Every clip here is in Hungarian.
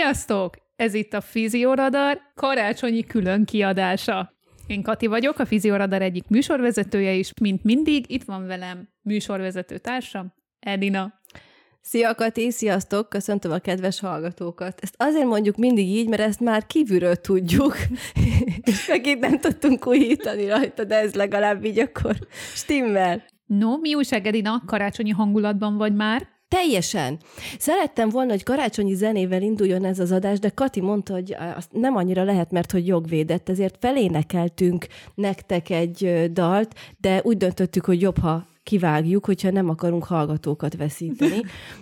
Sziasztok! Ez itt a Fizioradar karácsonyi külön kiadása. Én Kati vagyok, a Fizioradar egyik műsorvezetője is, mint mindig, itt van velem műsorvezető társam, Edina. Szia Kati, sziasztok, köszöntöm a kedves hallgatókat. Ezt azért mondjuk mindig így, mert ezt már kívülről tudjuk, és megint nem tudtunk újítani rajta, de ez legalább így akkor stimmel. No, mi újság, Edina? Karácsonyi hangulatban vagy már? Teljesen. Szerettem volna, hogy karácsonyi zenével induljon ez az adás, de Kati mondta, hogy azt nem annyira lehet, mert hogy jogvédett, ezért felénekeltünk nektek egy dalt, de úgy döntöttük, hogy jobb, ha kivágjuk, hogyha nem akarunk hallgatókat veszíteni.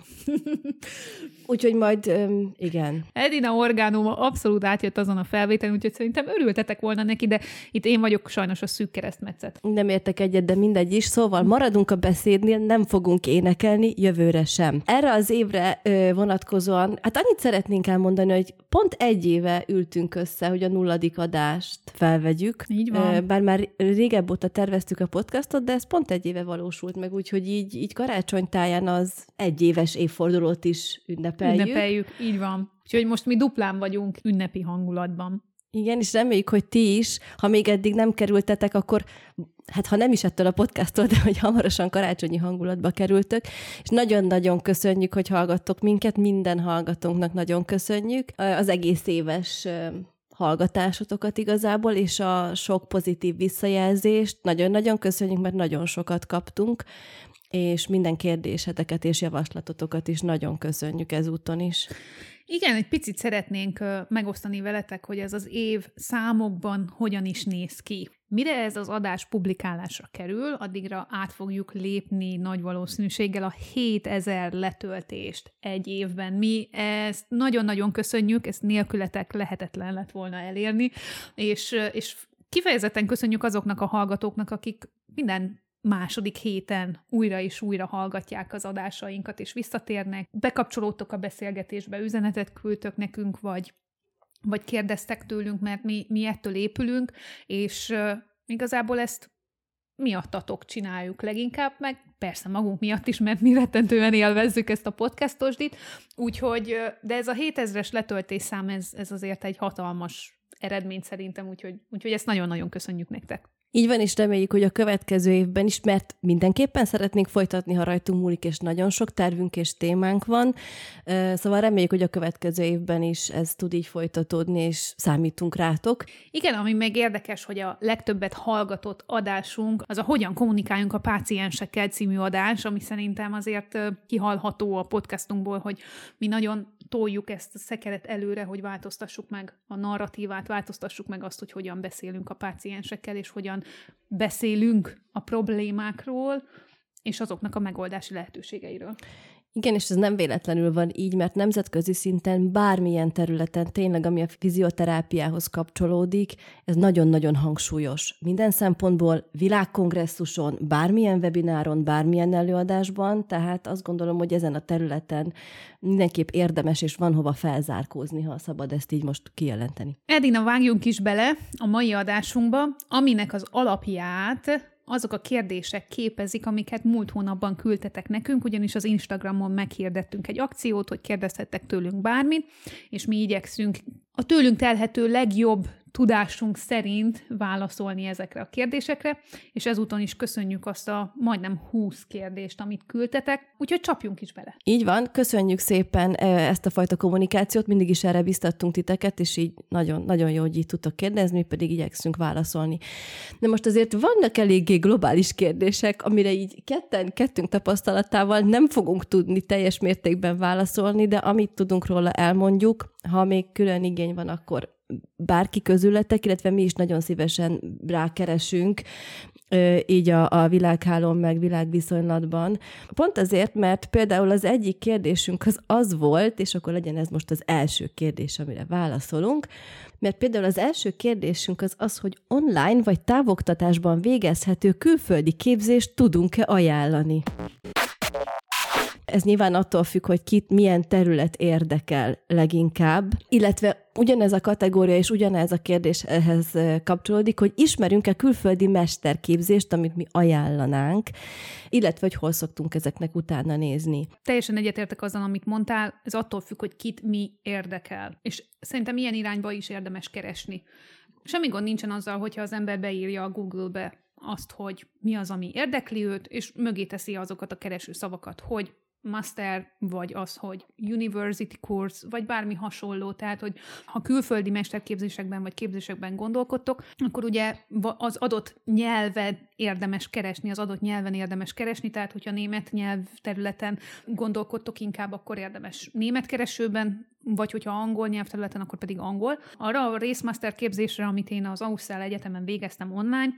Úgyhogy majd, igen. Edina orgánuma abszolút átjött azon a felvételen, úgyhogy szerintem örültetek volna neki, de itt én vagyok sajnos a szűk keresztmetszet. Nem értek egyet, de mindegy is. Szóval maradunk a beszédnél, nem fogunk énekelni, jövőre sem. Erre az évre vonatkozóan, hát annyit szeretnénk elmondani, hogy pont egy éve ültünk össze, hogy a 0. adást felvegyük. Így van. Bár már régebb óta terveztük a podcastot, de ez pont egy éve valósult meg, úgyhogy így karácsonytáján az egyéves évfordulót is ünnepeljük, így van. Úgyhogy most mi duplán vagyunk ünnepi hangulatban. Igen, és reméljük, hogy ti is, ha még eddig nem kerültetek, akkor, hát ha nem is ettől a podcasttól, de hogy hamarosan karácsonyi hangulatba kerültök, és nagyon-nagyon köszönjük, hogy hallgattok minket, minden hallgatónknak nagyon köszönjük az egész éves hallgatásotokat igazából, és a sok pozitív visszajelzést nagyon-nagyon köszönjük, mert nagyon sokat kaptunk, és minden kérdéseteket és javaslatotokat is nagyon köszönjük ezúton is. Igen, egy picit szeretnénk megosztani veletek, hogy ez az év számokban hogyan is néz ki. Mire ez az adás publikálásra kerül, addigra át fogjuk lépni nagy valószínűséggel a 7000 letöltést egy évben. Mi ezt nagyon-nagyon köszönjük, ezt nélkületek lehetetlen lett volna elérni, és kifejezetten köszönjük azoknak a hallgatóknak, akik minden második héten újra és újra hallgatják az adásainkat, és visszatérnek, bekapcsolódtok a beszélgetésbe, üzenetet küldtök nekünk, vagy kérdeztek tőlünk, mert mi ettől épülünk, és igazából ezt miattatok csináljuk leginkább, meg persze magunk miatt is, mert mi rettentően élvezzük ezt a podcastosdit, úgyhogy, de ez a 7000-es letöltésszám, ez azért egy hatalmas eredmény szerintem, úgyhogy ezt nagyon-nagyon köszönjük nektek. Így van, és reméljük, hogy a következő évben is, mert mindenképpen szeretnénk folytatni, ha rajtunk múlik, és nagyon sok tervünk és témánk van. Szóval reméljük, hogy a következő évben is ez tud így folytatódni, és számítunk rátok. Igen, ami még érdekes, hogy a legtöbbet hallgatott adásunk, az a Hogyan kommunikáljunk a páciensekkel című adás, ami szerintem azért kihallható a podcastunkból, hogy mi nagyon toljuk ezt a szekeret előre, hogy változtassuk meg a narratívát, változtassuk meg azt, hogy hogyan beszélünk a páciensekkel, és hogyan beszélünk a problémákról, és azoknak a megoldási lehetőségeiről. Igen, és ez nem véletlenül van így, mert nemzetközi szinten bármilyen területen, tényleg ami a fizioterápiához kapcsolódik, ez nagyon-nagyon hangsúlyos. Minden szempontból, világkongresszuson, bármilyen webináron, bármilyen előadásban, tehát azt gondolom, hogy ezen a területen mindenképp érdemes, és van hova felzárkózni, ha szabad ezt így most kijelenteni. Edina, vágjunk is bele a mai adásunkba, aminek az alapját azok a kérdések képezik, amiket múlt hónapban küldtetek nekünk, ugyanis az Instagramon meghirdettünk egy akciót, hogy kérdezhettek tőlünk bármit, és mi igyekszünk a tőlünk telhető legjobb tudásunk szerint válaszolni ezekre a kérdésekre, és ezúton is köszönjük azt a majdnem 20 kérdést, amit küldtetek, úgyhogy csapjunk is bele. Így van, köszönjük szépen ezt a fajta kommunikációt, mindig is erre biztattunk titeket, és így nagyon, nagyon jó, hogy így tudtok kérdezni, mi pedig igyekszünk válaszolni. De most azért vannak eléggé globális kérdések, amire így kettőnk tapasztalatával nem fogunk tudni teljes mértékben válaszolni, de amit tudunk róla elmondjuk, ha még külön igény van, akkor bárki közületek, illetve mi is nagyon szívesen rákeresünk, így a világhálón meg világviszonylatban. Pont azért, mert például az egyik kérdésünk az volt, és akkor legyen ez most az első kérdés, amire válaszolunk, mert például az első kérdésünk az, hogy online vagy távoktatásban végezhető külföldi képzést tudunk-e ajánlani? Ez nyilván attól függ, hogy kit milyen terület érdekel leginkább, illetve ugyanez a kategória és ugyanez a kérdés ehhez kapcsolódik, hogy ismerünk-e külföldi mesterképzést, amit mi ajánlanánk, illetve hogy hol szoktunk ezeknek utána nézni. Teljesen egyetértek azzal, amit mondtál, ez attól függ, hogy kit mi érdekel. És szerintem ilyen irányba is érdemes keresni. Semmi gond nincsen azzal, hogyha az ember beírja a Google-be azt, hogy mi az, ami érdekli őt, és mögé teszi azokat a kereső szavakat, hogy master, vagy az, hogy university course, vagy bármi hasonló. Tehát, hogy ha külföldi mesterképzésekben vagy képzésekben gondolkodtok, akkor ugye az adott nyelven érdemes keresni, tehát hogyha német nyelvterületen gondolkodtok inkább, akkor érdemes német keresőben, vagy hogyha angol nyelvterületen, akkor pedig angol. Arra a részmaster képzésre, amit én az Ausztrál Egyetemen végeztem online,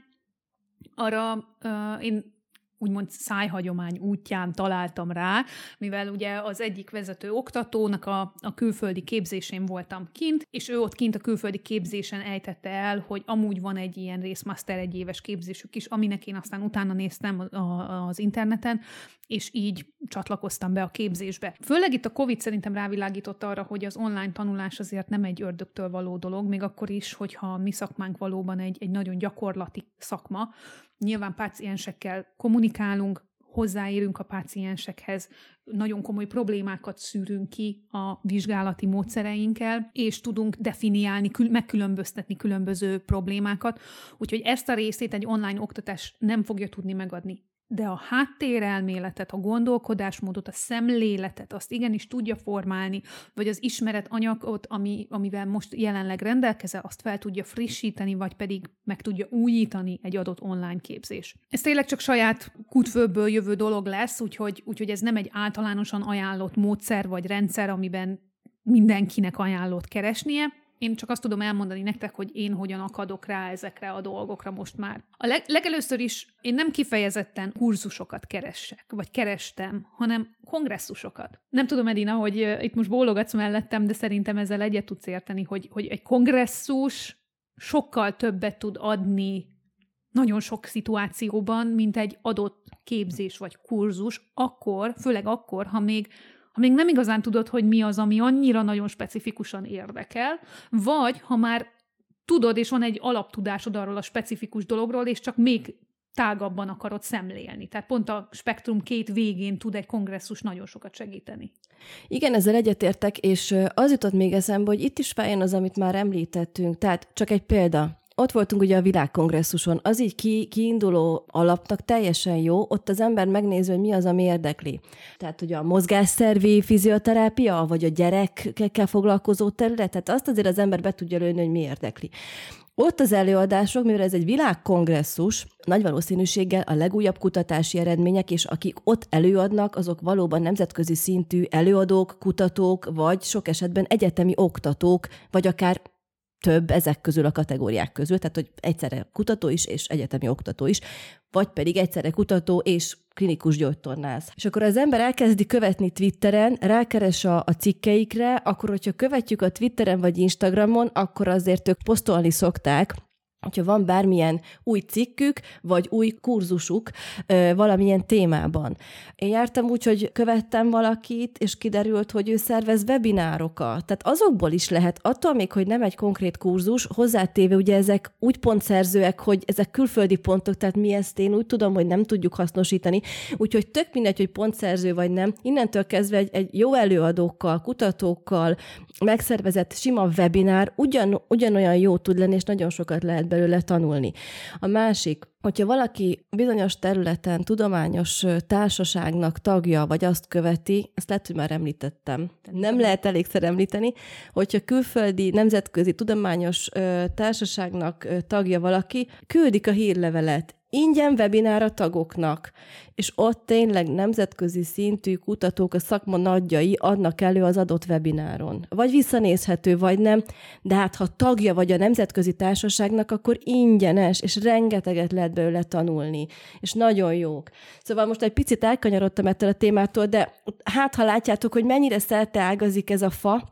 arra én úgymond szájhagyomány útján találtam rá, mivel ugye az egyik vezető oktatónak a külföldi képzésén voltam kint, és ő ott kint a külföldi képzésen ejtette el, hogy amúgy van egy ilyen részmaster egyéves képzésük is, aminek én aztán utána néztem az interneten, és így csatlakoztam be a képzésbe. Főleg itt a Covid szerintem rávilágított arra, hogy az online tanulás azért nem egy ördögtől való dolog, még akkor is, hogyha a mi szakmánk valóban egy nagyon gyakorlati szakma. Nyilván páciensekkel kommunikálunk, hozzáérünk a páciensekhez, nagyon komoly problémákat szűrünk ki a vizsgálati módszereinkkel, és tudunk definiálni, megkülönböztetni különböző problémákat, úgyhogy ezt a részét egy online oktatás nem fogja tudni megadni. De a háttérelméletet, a gondolkodásmódot, a szemléletet, azt igenis tudja formálni, vagy az ismeretanyagot, amivel most jelenleg rendelkezel, azt fel tudja frissíteni, vagy pedig meg tudja újítani egy adott online képzés. Ez tényleg csak saját kútfőből jövő dolog lesz, úgyhogy ez nem egy általánosan ajánlott módszer vagy rendszer, amiben mindenkinek ajánlott keresnie. Én csak azt tudom elmondani nektek, hogy én hogyan akadok rá ezekre a dolgokra most már. A legelőször is én nem kifejezetten kurzusokat keressek, vagy kerestem, hanem kongresszusokat. Nem tudom, Edina, hogy itt most bólogatsz mellettem, de szerintem ezzel egyet tudsz érteni, hogy egy kongresszus sokkal többet tud adni nagyon sok szituációban, mint egy adott képzés vagy kurzus, főleg akkor, ha még nem igazán tudod, hogy mi az, ami annyira nagyon specifikusan érdekel, vagy ha már tudod, és van egy alaptudásod arról a specifikus dologról, és csak még tágabban akarod szemlélni. Tehát pont a spektrum két végén tud egy kongresszus nagyon sokat segíteni. Igen, ezzel egyetértek, és az jutott még eszembe, hogy itt is feljön az, amit már említettünk. Tehát csak egy példa. Ott voltunk ugye a világkongresszuson, az így kiinduló alapnak teljesen jó, ott az ember megnézi, hogy mi az, ami érdekli. Tehát, hogy a mozgásszervi fizioterápia, vagy a gyerekekkel foglalkozó terület, tehát azt azért az ember be tudja lőni, hogy mi érdekli. Ott az előadások, mivel ez egy világkongresszus, nagy valószínűséggel a legújabb kutatási eredmények, és akik ott előadnak, azok valóban nemzetközi szintű előadók, kutatók, vagy sok esetben egyetemi oktatók, vagy akár több ezek közül a kategóriák közül, tehát hogy egyszerre kutató is, és egyetemi oktató is, vagy pedig egyszerre kutató és klinikus gyógytornász. És akkor az ember elkezdi követni Twitteren, rákeres a cikkeikre, akkor, hogyha követjük a Twitteren vagy Instagramon, akkor azért ők posztolni szokták, hogyha van bármilyen új cikkük, vagy új kurzusuk valamilyen témában. Én jártam úgy, hogy követtem valakit, és kiderült, hogy ő szervez webinárokat. Tehát azokból is lehet, attól még, hogy nem egy konkrét kurzus, hozzátéve ugye ezek úgy pontszerzőek, hogy ezek külföldi pontok, tehát mi ezt én úgy tudom, hogy nem tudjuk hasznosítani, úgyhogy tök mindegy, hogy pontszerző vagy nem. Innentől kezdve egy jó előadókkal, kutatókkal megszervezett sima webinár ugyanolyan jó tud lenni, és nagyon sokat lehet belőle tanulni. A másik, hogyha valaki bizonyos területen tudományos társaságnak tagja, vagy azt követi, ezt lehet, hogy már említettem. Nem lehet elégszer említeni, hogyha külföldi, nemzetközi tudományos társaságnak tagja valaki, küldik a hírlevelet, ingyen webinár a tagoknak, és ott tényleg nemzetközi szintű kutatók, a szakma nagyjai adnak elő az adott webináron. Vagy visszanézhető, vagy nem, de hát ha tagja vagy a nemzetközi társaságnak, akkor ingyenes, és rengeteget lehet belőle tanulni, és nagyon jók. Szóval most egy picit elkanyarodtam ettől a témától, de hát ha látjátok, hogy mennyire szerteágazik ez a fa,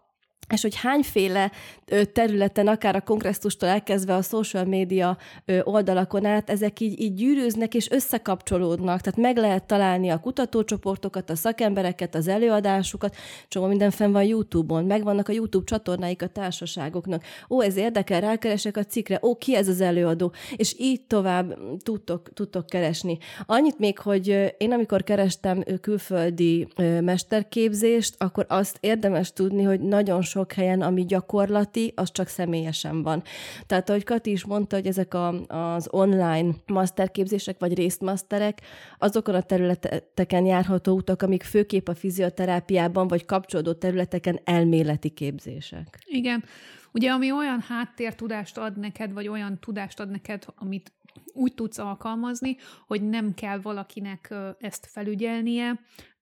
és hogy hányféle területen, akár a kongresszustól elkezdve a social media oldalakon át, ezek így gyűrűznek és összekapcsolódnak. Tehát meg lehet találni a kutatócsoportokat, a szakembereket, az előadásukat, csomó minden fenn van YouTube-on, megvannak a YouTube csatornáik a társaságoknak. Ez érdekel, rákeresek a cikkre, ki ez az előadó, és így tovább tudtok keresni. Annyit még, hogy én amikor kerestem külföldi mesterképzést, akkor azt érdemes tudni, hogy nagyon sok helyen, ami gyakorlati, az csak személyesen van. Tehát, ahogy Kati is mondta, hogy ezek az online masterképzések, vagy részmasterek, azokon a területeken járható utak, amik főképp a fizioterápiában, vagy kapcsolódó területeken elméleti képzések. Igen. Ugye, ami olyan háttértudást ad neked, vagy olyan tudást ad neked, amit úgy tudsz alkalmazni, hogy nem kell valakinek ezt felügyelnie,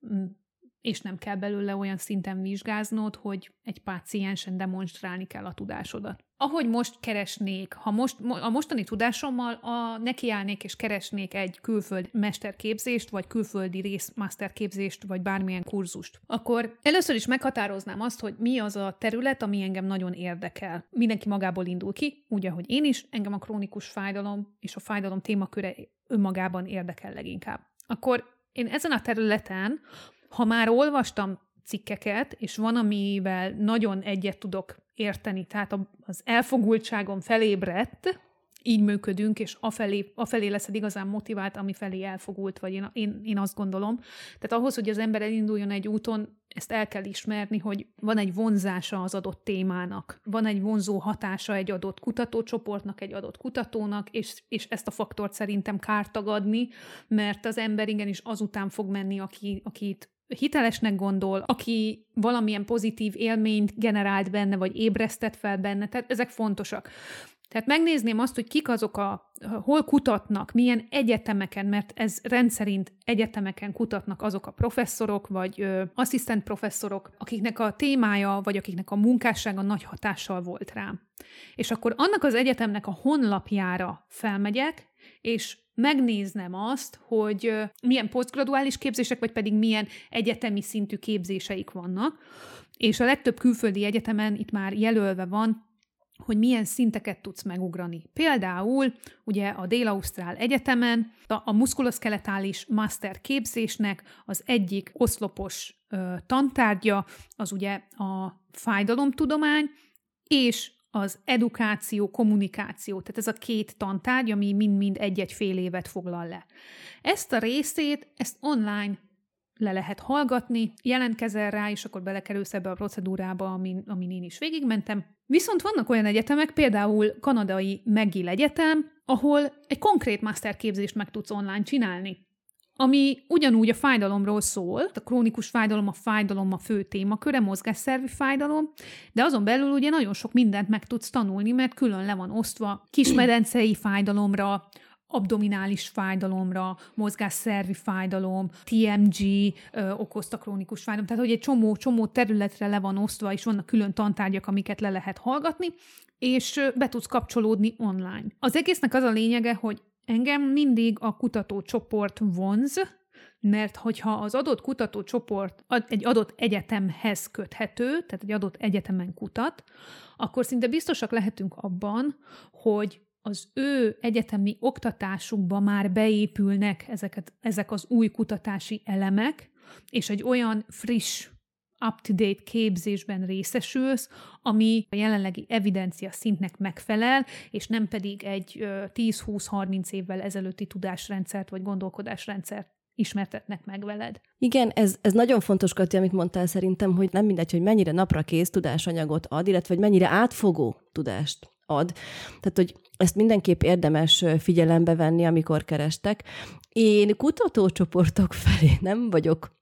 és nem kell belőle olyan szinten vizsgáznod, hogy egy páciensen demonstrálni kell a tudásodat. Ahogy most keresnék, a mostani tudásommal nekiállnék és keresnék egy külföldi mesterképzést, vagy külföldi részmasterképzést, vagy bármilyen kurzust, akkor először is meghatároznám azt, hogy mi az a terület, ami engem nagyon érdekel. Mindenki magából indul ki, úgy, ahogy én is, engem a krónikus fájdalom és a fájdalom témaköre önmagában érdekel leginkább. Akkor én ezen a területen, ha már olvastam cikkeket, és van, amivel nagyon egyet tudok érteni, tehát az elfogultságom felébredt, így működünk, és afelé leszed igazán motivált, amifelé elfogult, vagy én azt gondolom. Tehát ahhoz, hogy az ember elinduljon egy úton, ezt el kell ismerni, hogy van egy vonzása az adott témának, van egy vonzó hatása egy adott kutatócsoportnak, egy adott kutatónak, és ezt a faktort szerintem kár tagadni, mert az ember igenis azután fog menni, akit hitelesnek gondol, aki valamilyen pozitív élményt generált benne, vagy ébresztett fel benne, tehát ezek fontosak. Tehát megnézném azt, hogy kik azok hol kutatnak, milyen egyetemeken, mert ez rendszerint egyetemeken kutatnak azok a professzorok, vagy asszisztent professzorok, akiknek a témája, vagy akiknek a munkássága nagy hatással volt rám. És akkor annak az egyetemnek a honlapjára felmegyek, és megnéznem azt, hogy milyen posztgraduális képzések, vagy pedig milyen egyetemi szintű képzéseik vannak, és a legtöbb külföldi egyetemen itt már jelölve van, hogy milyen szinteket tudsz megugrani. Például ugye a Dél-Ausztrál Egyetemen a muszkuloszkeletális master képzésnek az egyik oszlopos tantárgya az ugye a fájdalomtudomány, és az edukáció, kommunikáció, tehát ez a két tantárgy, ami mind-mind egy-egy fél évet foglal le. Ezt a részét, ezt online le lehet hallgatni, jelentkezel rá, és akkor belekerülsz ebbe a procedúrába, amin én is végigmentem. Viszont vannak olyan egyetemek, például kanadai McGill Egyetem, ahol egy konkrét masterképzést meg tudsz online csinálni, ami ugyanúgy a fájdalomról szól, a krónikus fájdalom a fő témaköre, mozgásszervi fájdalom, de azon belül ugye nagyon sok mindent meg tudsz tanulni, mert külön le van osztva kismedencei fájdalomra, abdominális fájdalomra, mozgásszervi fájdalom, TMG okozta krónikus fájdalom, tehát hogy egy csomó területre le van osztva, és vannak külön tantárgyak, amiket le lehet hallgatni, és be tudsz kapcsolódni online. Az egésznek az a lényege, hogy engem mindig a kutatócsoport vonz, mert hogyha az adott kutatócsoport egy adott egyetemhez köthető, tehát egy adott egyetemen kutat, akkor szinte biztosak lehetünk abban, hogy az ő egyetemi oktatásukba már beépülnek ezek az új kutatási elemek, és egy olyan friss, up-to-date képzésben részesülsz, ami a jelenlegi evidencia szintnek megfelel, és nem pedig egy 10-20-30 évvel ezelőtti tudásrendszert vagy gondolkodásrendszert ismertetnek meg veled. Igen, ez nagyon fontos, Kati, amit mondtál szerintem, hogy nem mindegy, hogy mennyire naprakész tudásanyagot ad, illetve hogy mennyire átfogó tudást ad. Tehát, hogy ezt mindenképp érdemes figyelembe venni, amikor kerestek. Én kutatócsoportok felé nem vagyok,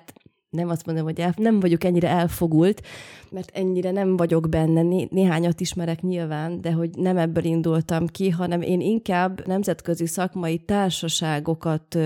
nem azt mondom, hogy nem vagyok ennyire elfogult, mert ennyire nem vagyok benne, néhányat ismerek nyilván, de hogy nem ebből indultam ki, hanem én inkább nemzetközi szakmai társaságokat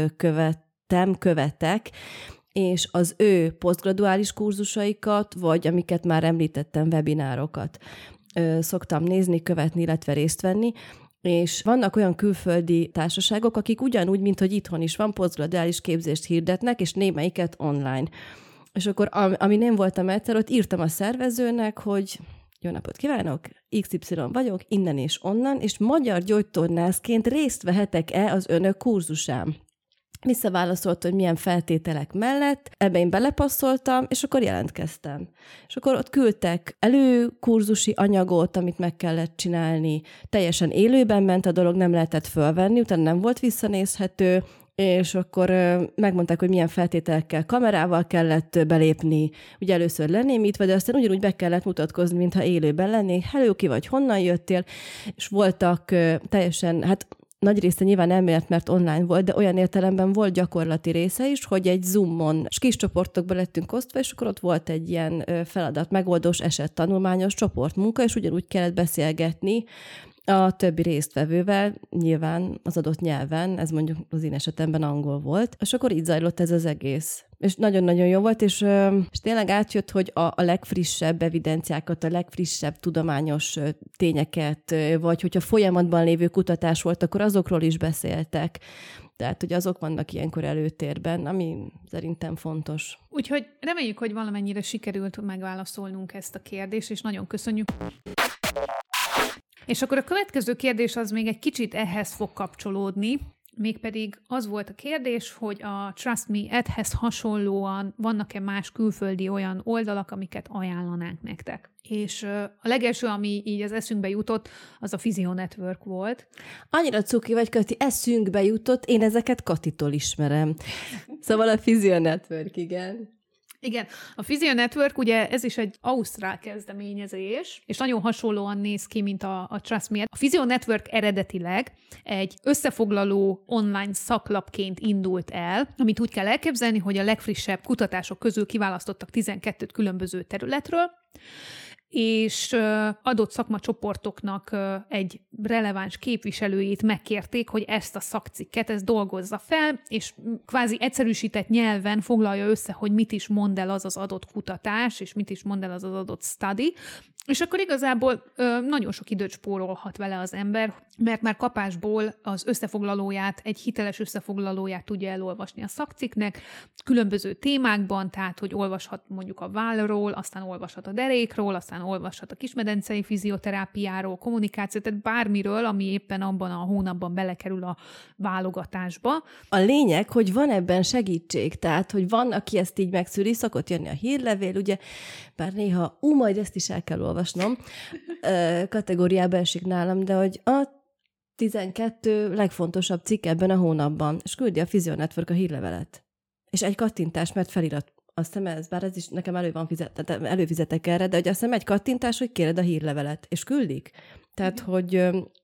követek, és az ő posztgraduális kurzusaikat, vagy amiket már említettem, webinárokat szoktam nézni, követni, illetve részt venni, és vannak olyan külföldi társaságok, akik ugyanúgy, mint hogy itthon is van, posztgraduális képzést hirdetnek, és némelyiket online. És akkor, amin én voltam egyszer, ott írtam a szervezőnek, hogy jó napot kívánok, XY vagyok, innen és onnan, és magyar gyógytornászként részt vehetek-e az önök kurzusán? Visszaválaszolt, hogy milyen feltételek mellett, ebbe én belepasszoltam, és akkor jelentkeztem. És akkor ott küldtek előkurzusi anyagot, amit meg kellett csinálni. Teljesen élőben ment a dolog, nem lehetett fölvenni, utána nem volt visszanézhető, és akkor megmondták, hogy milyen feltételekkel, kamerával kellett belépni, ugye először lenémítve, de aztán ugyanúgy be kellett mutatkozni, mintha élőben lennék. Hello, ki vagy, honnan jöttél? És voltak teljesen, hát nagy része nyilván elmélet, mert online volt, de olyan értelemben volt gyakorlati része is, hogy egy Zoomon kis csoportokba lettünk osztva, és akkor ott volt egy ilyen feladat, megoldós esettanulmányos csoportmunka, és ugyanúgy kellett beszélgetni a többi résztvevővel, nyilván az adott nyelven, ez mondjuk az én esetemben angol volt, és akkor így zajlott ez az egész. És nagyon-nagyon jó volt, és tényleg átjött, hogy a legfrissebb evidenciákat, a legfrissebb tudományos tényeket, vagy hogyha folyamatban lévő kutatás volt, akkor azokról is beszéltek. Tehát, hogy azok vannak ilyenkor előtérben, ami szerintem fontos. Úgyhogy reméljük, hogy valamennyire sikerült megválaszolnunk ezt a kérdést, és nagyon köszönjük. És akkor a következő kérdés az még egy kicsit ehhez fog kapcsolódni, mégpedig az volt a kérdés, hogy a Trust Me Ad-hez hasonlóan vannak-e más külföldi olyan oldalak, amiket ajánlanánk nektek. És a legelső, ami így az eszünkbe jutott, az a Physio Network volt. Annyira cuki vagy, Kati, eszünkbe jutott, én ezeket Katitól ismerem. Szóval a Physio Network, igen. Igen, a Physio Network, ugye ez is egy ausztrál kezdeményezés, és nagyon hasonlóan néz ki, mint a Trust Me. A Physio Network eredetileg egy összefoglaló online szaklapként indult el, amit úgy kell elképzelni, hogy a legfrissebb kutatások közül kiválasztottak 12 különböző területről, és adott szakmacsoportoknak egy releváns képviselőjét megkérték, hogy ezt a szakcikket, ezt dolgozza fel, és kvázi egyszerűsített nyelven foglalja össze, hogy mit is mond el az adott kutatás, és mit is mond el az adott study, és akkor igazából nagyon sok időt spórolhat vele az ember, mert már kapásból az összefoglalóját, egy hiteles összefoglalóját tudja elolvasni a szakcikknek, különböző témákban, tehát hogy olvashat mondjuk a vállról, aztán olvashat a derékról, aztán olvashat a kismedencei fizioterápiáról, kommunikáció, tehát bármiről, ami éppen abban a hónapban belekerül a válogatásba. A lényeg, hogy van ebben segítség, tehát hogy van, aki ezt így megszűri, szokott jönni a hírlevél, ugye, bár néha, majd ezt is el kell olvasnom, kategóriába esik nálam, de hogy a 12 legfontosabb cikk ebben a hónapban, és küldi a Physio Network a hírlevelet. És egy kattintás, mert felirat. Azt hiszem ez, bár ez is nekem előfizetek erre, de hogy azt hiszem egy kattintás, hogy kéred a hírlevelet, és küldik. Tehát, hogy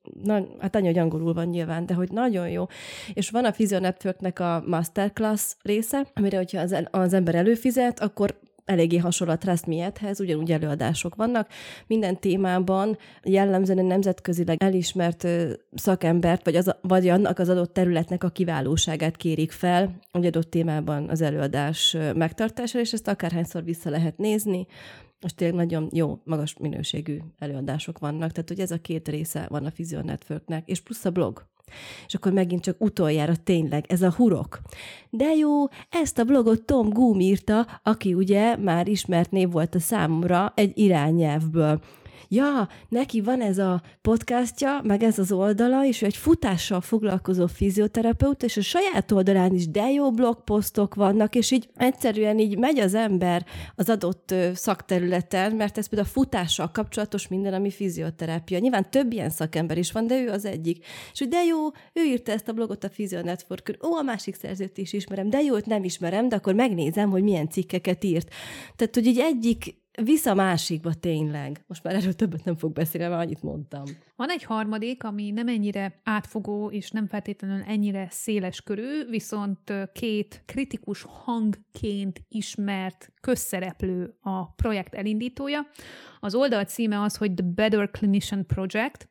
hát annyi, hogy angolul van nyilván, de hogy nagyon jó. És van a Physio Networknek a masterclass része, amire, hogyha az ember előfizet, akkor eléggé hasonló a Trust Me Ad-hez, ugyanúgy előadások vannak. Minden témában jellemzően nemzetközileg elismert szakembert, vagy annak az adott területnek a kiválóságát kérik fel, egy adott témában az előadás megtartására, és ezt akárhányszor vissza lehet nézni. Most tényleg nagyon jó, magas minőségű előadások vannak, tehát hogy ez a két része van a Physio Networknek, és plusz a blog. És akkor megint csak utoljára tényleg ez a hurok. De jó, ezt a blogot Tom Goom írta, aki ugye már ismert név volt a számomra egy irányelvből. Ja, neki van ez a podcastja, meg ez az oldala, és ő egy futással foglalkozó fizioterapeuta, és a saját oldalán is de jó blogposztok vannak, és így egyszerűen így megy az ember az adott szakterületen, mert ez például a futással kapcsolatos minden, ami fizioterápia. Nyilván több ilyen szakember is van, de ő az egyik. És hogy de jó, ő írta ezt a blogot a Physio Networkön. A másik szerzőt is ismerem, de jó, őt nem ismerem, de akkor megnézem, hogy milyen cikkeket írt. Tehát, hogy így egyik vissza másikba tényleg. Most már erről többet nem fog beszélni, mert annyit mondtam. Van egy harmadik, ami nem ennyire átfogó, és nem feltétlenül ennyire széles körű, viszont két kritikus hangként ismert közszereplő a projekt elindítója. Az oldal címe az, hogy The Better Clinician Project,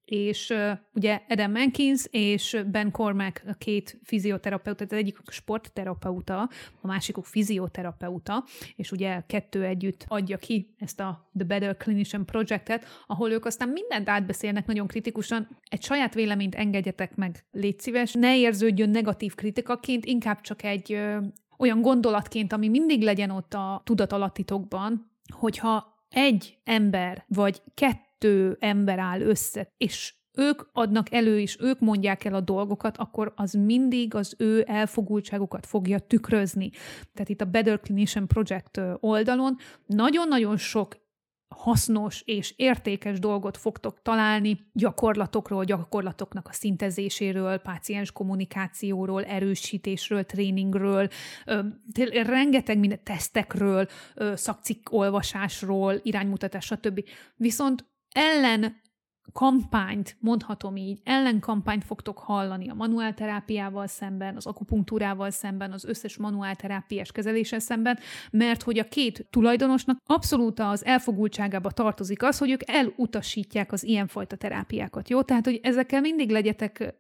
és ugye Adam Mankins és Ben Cormack a két fizioterapeuta, az egyik sportterapeuta, a másikuk fizioterapeuta, és ugye kettő együtt adja ki ezt a The Better Clinician Projectet, ahol ők aztán mindent átbeszélnek nagyon kritikusan. Egy saját véleményt engedjetek meg, légy szíves, ne érződjön negatív kritikaként, inkább csak egy olyan gondolatként, ami mindig legyen ott a tudatalatitokban, hogyha egy ember vagy 2 ember áll össze, és ők adnak elő, és ők mondják el a dolgokat, akkor az mindig az ő elfogultságukat fogja tükrözni. Tehát itt a Better Clinician Project oldalon nagyon-nagyon sok hasznos és értékes dolgot fogtok találni gyakorlatokról, gyakorlatoknak a szintezéséről, páciens kommunikációról, erősítésről, tréningről, rengeteg minden tesztekről, szakcikk olvasásról, iránymutatás, stb. Viszont ellenkampányt, mondhatom így, ellenkampányt fogtok hallani a manuálterápiával szemben, az akupunktúrával szemben, az összes manuálterápiás kezeléssel szemben, mert hogy a 2 tulajdonosnak abszolút az elfogultságába tartozik az, hogy ők elutasítják az ilyenfajta terápiákat, jó? Tehát, hogy ezekkel mindig legyetek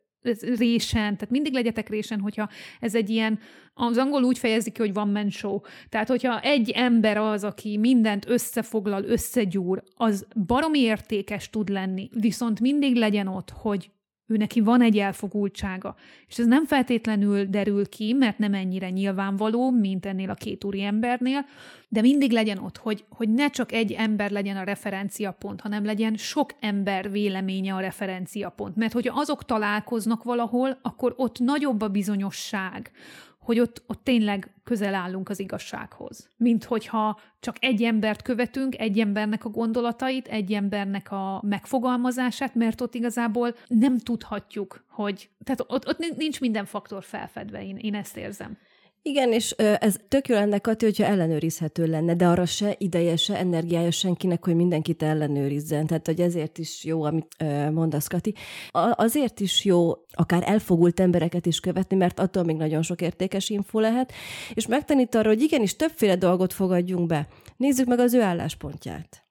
résen, hogyha ez egy ilyen, az angol úgy fejezik ki, hogy one man show. Tehát, hogyha egy ember az, aki mindent összefoglal, összegyúr, az baromi értékes tud lenni, viszont mindig legyen ott, hogy ő neki van egy elfogultsága. És ez nem feltétlenül derül ki, mert nem ennyire nyilvánvaló, mint ennél a 2 úriembernél, de mindig legyen ott, hogy ne csak egy ember legyen a referenciapont, hanem legyen sok ember véleménye a referenciapont. Mert hogyha azok találkoznak valahol, akkor ott nagyobb a bizonyosság, hogy ott tényleg közel állunk az igazsághoz. Mint hogyha csak egy embert követünk, egy embernek a gondolatait, egy embernek a megfogalmazását, mert ott igazából nem tudhatjuk, hogy... Tehát ott nincs minden faktor felfedve, én ezt érzem. Igen, és ez tök jó lenne, Kati, hogyha ellenőrizhető lenne, de arra se ideje, se energiája senkinek, hogy mindenkit ellenőrizzen. Tehát, hogy ezért is jó, amit mondasz, Kati. Azért is jó akár elfogult embereket is követni, mert attól még nagyon sok értékes info lehet, és megtanít arra, hogy igenis többféle dolgot fogadjunk be. Nézzük meg az ő álláspontját.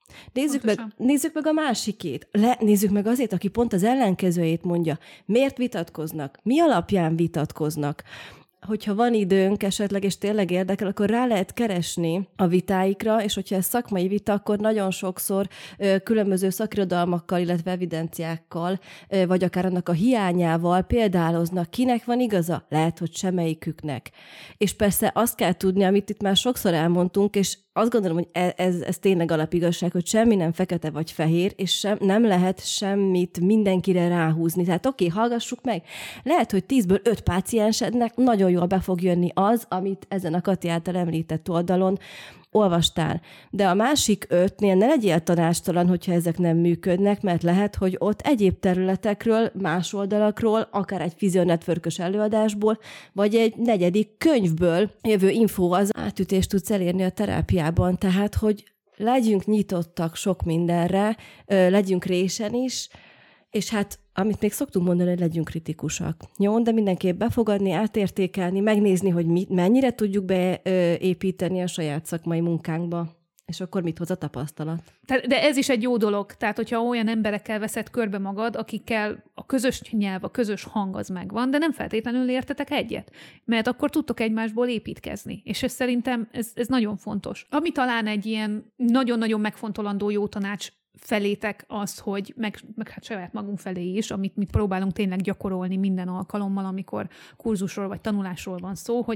Nézzük meg a másikét. Nézzük meg azért, aki pont az ellenkezőjét mondja. Miért vitatkoznak? Mi alapján vitatkoznak? Hogyha van időnk esetleg, és tényleg érdekel, akkor rá lehet keresni a vitáikra, és hogyha ez szakmai vita, akkor nagyon sokszor különböző szakirodalmakkal, illetve evidenciákkal, vagy akár annak a hiányával példáloznak. Kinek van igaza? Lehet, hogy semmelyiküknek. És persze azt kell tudni, amit itt már sokszor elmondtunk, és azt gondolom, hogy ez tényleg alapigazság, hogy semmi nem fekete vagy fehér, és nem lehet semmit mindenkire ráhúzni. Tehát oké, hallgassuk meg. Lehet, hogy 10-ből 5 páciensednek nagyon jól be fog jönni az, amit ezen a Kati által említett oldalon olvastál. De a másik 5-nél ne legyél tanástalan, hogyha ezek nem működnek, mert lehet, hogy ott egyéb területekről, más oldalakról, akár egy Physionetwork-ös előadásból, vagy egy 4. könyvből jövő info az átütést tudsz elérni a terápiában. Tehát, hogy legyünk nyitottak sok mindenre, legyünk résen is, és hát amit még szoktunk mondani, hogy legyünk kritikusak. Jó, de mindenképp befogadni, átértékelni, megnézni, hogy mennyire tudjuk beépíteni a saját szakmai munkánkba, és akkor mit hoz a tapasztalat. De ez is egy jó dolog. Tehát, hogyha olyan emberekkel veszed körbe magad, akikkel a közös nyelv, a közös hang az megvan, de nem feltétlenül értetek egyet, mert akkor tudtok egymásból építkezni. És ez szerintem ez nagyon fontos. Ami talán egy ilyen nagyon-nagyon megfontolandó jó tanács felétek az, hogy meg hát saját magunk felé is, amit mi próbálunk tényleg gyakorolni minden alkalommal, amikor kurzusról vagy tanulásról van szó, hogy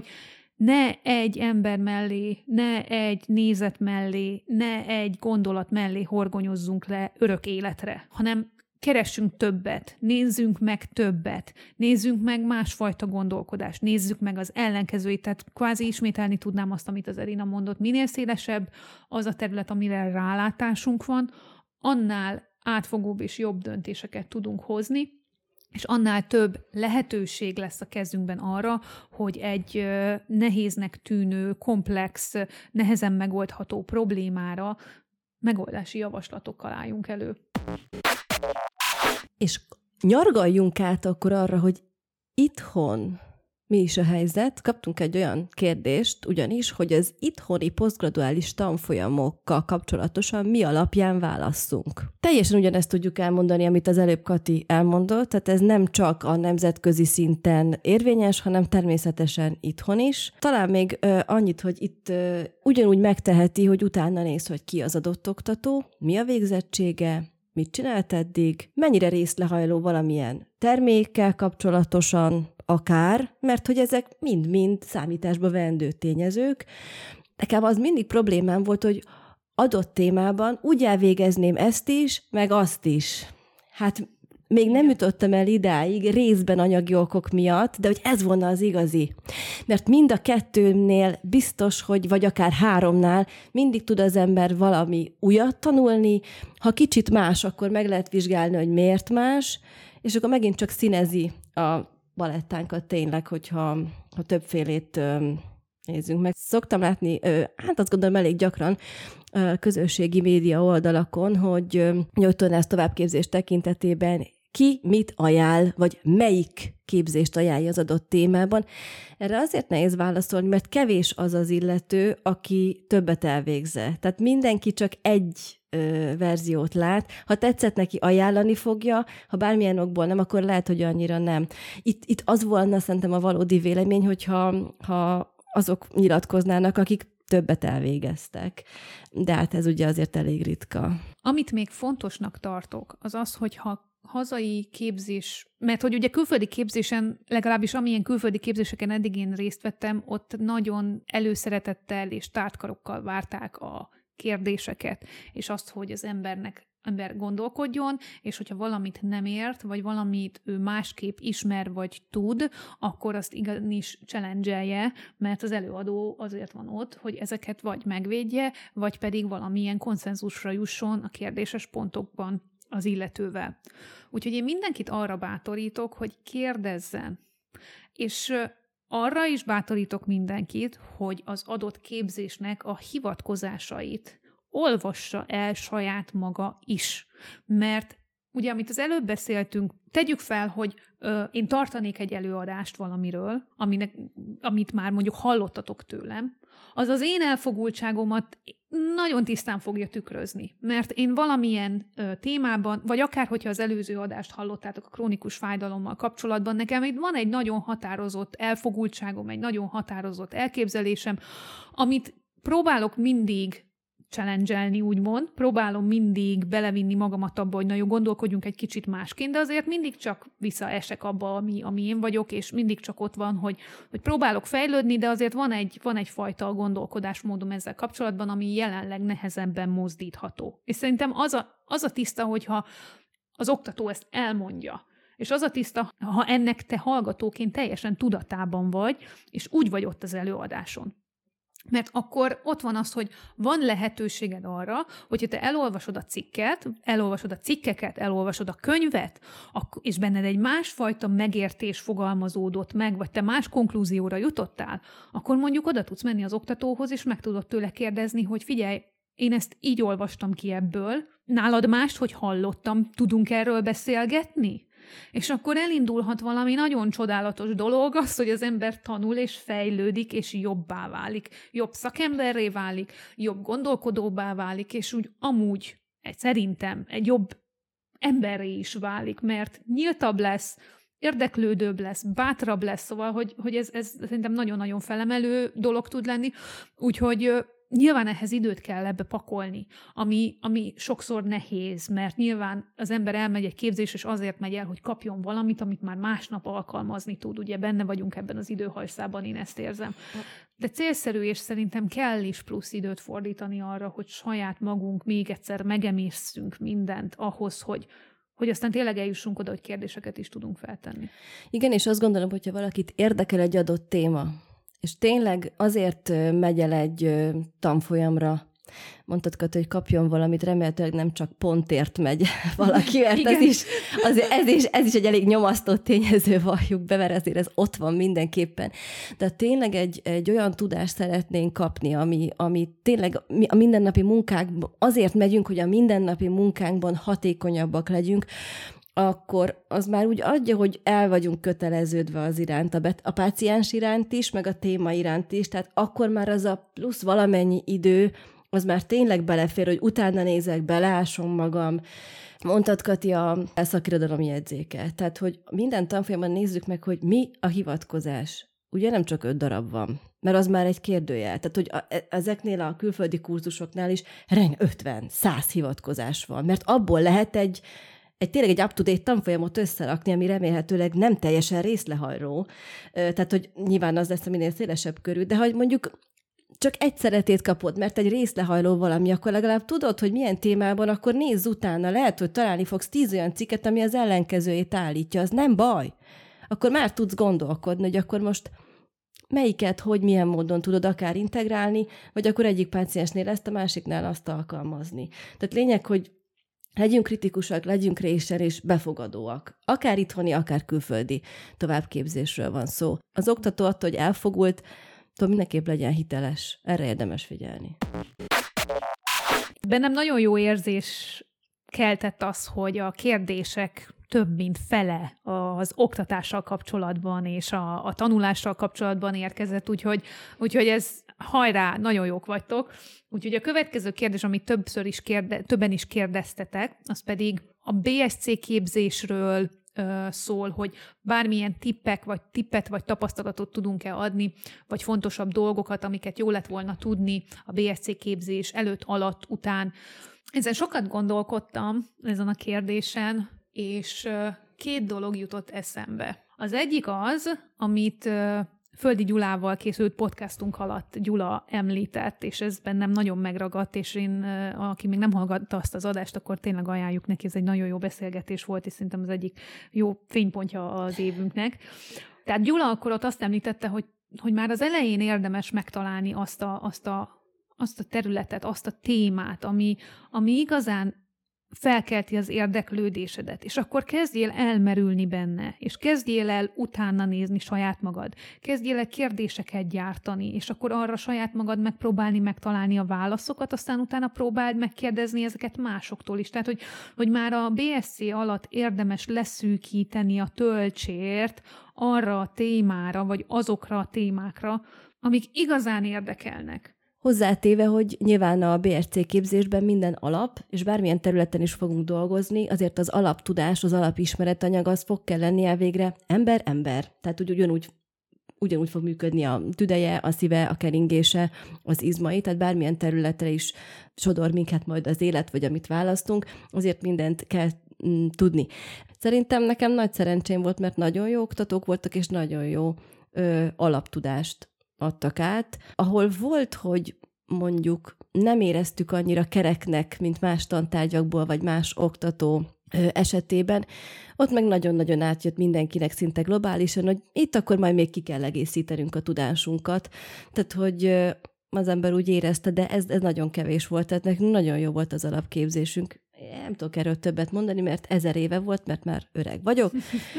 ne egy ember mellé, ne egy nézet mellé, ne egy gondolat mellé horgonyozzunk le örök életre, hanem keressünk többet, nézzünk meg többet, nézzünk meg másfajta gondolkodást, nézzük meg az ellenkezőit, tehát kvázi ismételni tudnám azt, amit az Erina mondott, minél szélesebb az a terület, amire rálátásunk van, annál átfogóbb és jobb döntéseket tudunk hozni, és annál több lehetőség lesz a kezünkben arra, hogy egy nehéznek tűnő, komplex, nehezen megoldható problémára megoldási javaslatokkal álljunk elő. És nyargaljunk át akkor arra, hogy itthon mi is a helyzet. Kaptunk egy olyan kérdést, ugyanis, hogy az itthoni posztgraduális tanfolyamokkal kapcsolatosan mi alapján válasszunk. Teljesen ugyanezt tudjuk elmondani, amit az előbb Kati elmondott, tehát ez nem csak a nemzetközi szinten érvényes, hanem természetesen itthon is. Talán még annyit, hogy itt ugyanúgy megteheti, hogy utána néz, hogy ki az adott oktató, mi a végzettsége, mit csinált eddig, mennyire részlehajló valamilyen termékkel kapcsolatosan, akár, mert hogy ezek mind-mind számításba veendő tényezők. Nekem az mindig problémám volt, hogy adott témában úgy elvégezném ezt is, meg azt is. Hát még nem jutottam el idáig, részben anyagi okok miatt, de hogy ez volna az igazi. Mert mind a kettőnél biztos, hogy vagy akár 3-nál mindig tud az ember valami újat tanulni. Ha kicsit más, akkor meg lehet vizsgálni, hogy miért más, és akkor megint csak színezi a balettánkat tényleg, hogyha többfélét nézzünk meg. Szoktam látni, hát azt gondolom elég gyakran közösségi média oldalakon, hogy nyújtónás továbbképzés tekintetében ki mit ajánl, vagy melyik képzést ajánlja az adott témában. Erre azért nehéz válaszolni, mert kevés az az illető, aki többet elvégze. Tehát mindenki csak egy verziót lát. Ha tetszett neki, ajánlani fogja, ha bármilyen okból nem, akkor lehet, hogy annyira nem. Itt az volna szerintem a valódi vélemény, hogyha azok nyilatkoznának, akik többet elvégeztek. De hát ez ugye azért elég ritka. Amit még fontosnak tartok, az az, hogyha hazai képzés, mert hogy ugye külföldi képzésen, legalábbis amilyen külföldi képzéseken eddig én részt vettem, ott nagyon előszeretettel és tártkarokkal várták a kérdéseket, és azt, hogy az ember gondolkodjon, és hogyha valamit nem ért, vagy valamit ő másképp ismer, vagy tud, akkor azt igenis challenge-elje, mert az előadó azért van ott, hogy ezeket vagy megvédje, vagy pedig valamilyen konszenzusra jusson a kérdéses pontokban az illetővel. Úgyhogy én mindenkit arra bátorítok, hogy kérdezzen. És arra is bátorítok mindenkit, hogy az adott képzésnek a hivatkozásait olvassa el saját maga is. Mert ugye, amit az előbb beszéltünk, tegyük fel, hogy én tartanék egy előadást valamiről, amit már mondjuk hallottatok tőlem, az az én elfogultságomat nagyon tisztán fogja tükrözni. Mert én valamilyen témában, vagy akár, hogyha az előző adást hallottátok a krónikus fájdalommal kapcsolatban, nekem itt van egy nagyon határozott elfogultságom, egy nagyon határozott elképzelésem, amit próbálok mindig challenge-elni, úgymond. Próbálom mindig belevinni magamat abba, hogy na jó, gondolkodjunk egy kicsit másként, de azért mindig csak visszaesek abba, ami én vagyok, és mindig csak ott van, hogy próbálok fejlődni, de azért van egyfajta gondolkodásmódom ezzel kapcsolatban, ami jelenleg nehezebben mozdítható. És szerintem az a tiszta, hogyha az oktató ezt elmondja, és az a tiszta, ha ennek te hallgatóként teljesen tudatában vagy, és úgy vagy ott az előadáson. Mert akkor ott van az, hogy van lehetőséged arra, hogyha te elolvasod a cikket, elolvasod a cikkeket, elolvasod a könyvet, és benned egy másfajta megértés fogalmazódott meg, vagy te más konklúzióra jutottál, akkor mondjuk oda tudsz menni az oktatóhoz, és meg tudod tőle kérdezni, hogy figyelj, én ezt így olvastam ki ebből, nálad mást, hogy hallottam, tudunk erről beszélgetni? És akkor elindulhat valami nagyon csodálatos dolog, az, hogy az ember tanul és fejlődik, és jobbá válik. Jobb szakemberré válik, jobb gondolkodóbbá válik, és úgy amúgy szerintem egy jobb emberré is válik, mert nyíltabb lesz, érdeklődőbb lesz, bátrabb lesz, szóval, hogy ez szerintem nagyon-nagyon felemelő dolog tud lenni, úgyhogy nyilván ehhez időt kell ebbe pakolni, ami sokszor nehéz, mert nyilván az ember elmegy egy képzés, és azért megy el, hogy kapjon valamit, amit már másnap alkalmazni tud. Ugye benne vagyunk ebben az időhajszában, én ezt érzem. De célszerű, és szerintem kell is plusz időt fordítani arra, hogy saját magunk még egyszer megemészszünk mindent ahhoz, hogy aztán tényleg eljussunk oda, hogy kérdéseket is tudunk feltenni. Igen, és azt gondolom, hogyha valakit érdekel egy adott téma, és tényleg azért megy el egy tanfolyamra, mondtad, Kata, hogy kapjon valamit, remélhetőleg nem csak pontért megy valaki, mert ez is egy elég nyomasztó tényező, valljuk be, mert azért ez ott van mindenképpen. De tényleg egy olyan tudást szeretnénk kapni, ami tényleg a mindennapi munkákban, azért megyünk, hogy a mindennapi munkánkban hatékonyabbak legyünk, akkor az már úgy adja, hogy el vagyunk köteleződve az iránt, a páciens iránt is, meg a téma iránt is, tehát akkor már az a plusz valamennyi idő, az már tényleg belefér, hogy utána nézek, beleásom magam. Mondtad, Kati, a szakirodalom jegyzéket. Tehát, hogy minden tanfolyamban nézzük meg, hogy mi a hivatkozás. Ugye nem csak 5 darab van, mert az már egy kérdőjel. Tehát, hogy ezeknél a külföldi kurzusoknál is 50-100 hivatkozás van, mert abból lehet tényleg egy up-to-date tanfolyamot összerakni, ami remélhetőleg nem teljesen részlehajló, tehát hogy nyilván az lesz a minél szélesebb körű, de hogy mondjuk csak egy szeretét kapod, mert egy részlehajló valami, akkor legalább tudod, hogy milyen témában, akkor nézz utána, lehet, hogy találni fogsz 10 olyan cikket, ami az ellenkezőjét állítja, az nem baj. Akkor már tudsz gondolkodni, hogy akkor most melyiket, hogy milyen módon tudod akár integrálni, vagy akkor egyik páciensnél ezt, a másiknál azt alkalmazni. Tehát lényeg, hogy legyünk kritikusak, legyünk résen és befogadóak. Akár itthoni, akár külföldi továbbképzésről van szó. Az oktató attól, hogy elfogult, mindenképp legyen hiteles. Erre érdemes figyelni. Bennem nagyon jó érzés keltett az, hogy a kérdések több mint fele az oktatással kapcsolatban és a tanulással kapcsolatban érkezett, úgyhogy ez hajrá, nagyon jók vagytok. Úgyhogy a következő kérdés, amit többen is kérdeztetek, az pedig a BSC képzésről szól, hogy bármilyen tippet vagy tapasztalatot tudunk-e adni, vagy fontosabb dolgokat, amiket jó lett volna tudni a BSC képzés előtt, alatt, után. Ezen sokat gondolkodtam ezen a kérdésen, és 2 dolog jutott eszembe. Az egyik az, amit Földi Gyulával készült podcastunk alatt Gyula említett, és ez bennem nagyon megragadt, és én, aki még nem hallgatta azt az adást, akkor tényleg ajánljuk neki, ez egy nagyon jó beszélgetés volt, és szerintem az egyik jó fénypontja az évünknek. Tehát Gyula akkor ott azt említette, hogy már az elején érdemes megtalálni azt a területet, azt a témát, ami igazán felkelti az érdeklődésedet, és akkor kezdjél elmerülni benne, és kezdjél el utána nézni saját magad. Kezdjél el kérdéseket gyártani, és akkor arra saját magad megpróbálni megtalálni a válaszokat, aztán utána próbáld megkérdezni ezeket másoktól is. Tehát, hogy már a BSC alatt érdemes leszűkíteni a töltsért arra a témára, vagy azokra a témákra, amik igazán érdekelnek. Hozzátéve, hogy nyilván a BSC képzésben minden alap, és bármilyen területen is fogunk dolgozni, azért az alaptudás, az alapismeretanyag az fog kell lennie végre ember. Tehát ugyanúgy fog működni a tüdeje, a szíve, a keringése, az izmai, tehát bármilyen területre is sodor minket majd az élet, vagy amit választunk, azért mindent kell tudni. Szerintem nekem nagy szerencsém volt, mert nagyon jó oktatók voltak, és nagyon jó alaptudást adtak át, ahol volt, hogy mondjuk nem éreztük annyira kereknek, mint más tantárgyakból, vagy más oktató esetében, ott meg nagyon-nagyon átjött mindenkinek szinte globálisan, hogy itt akkor majd még ki kell egészítenünk a tudásunkat. Tehát, hogy az ember úgy érezte, de ez nagyon kevés volt, tehát nekünk nagyon jó volt az alapképzésünk. Nem tudok erről többet mondani, mert 1000 éve volt, mert már öreg vagyok.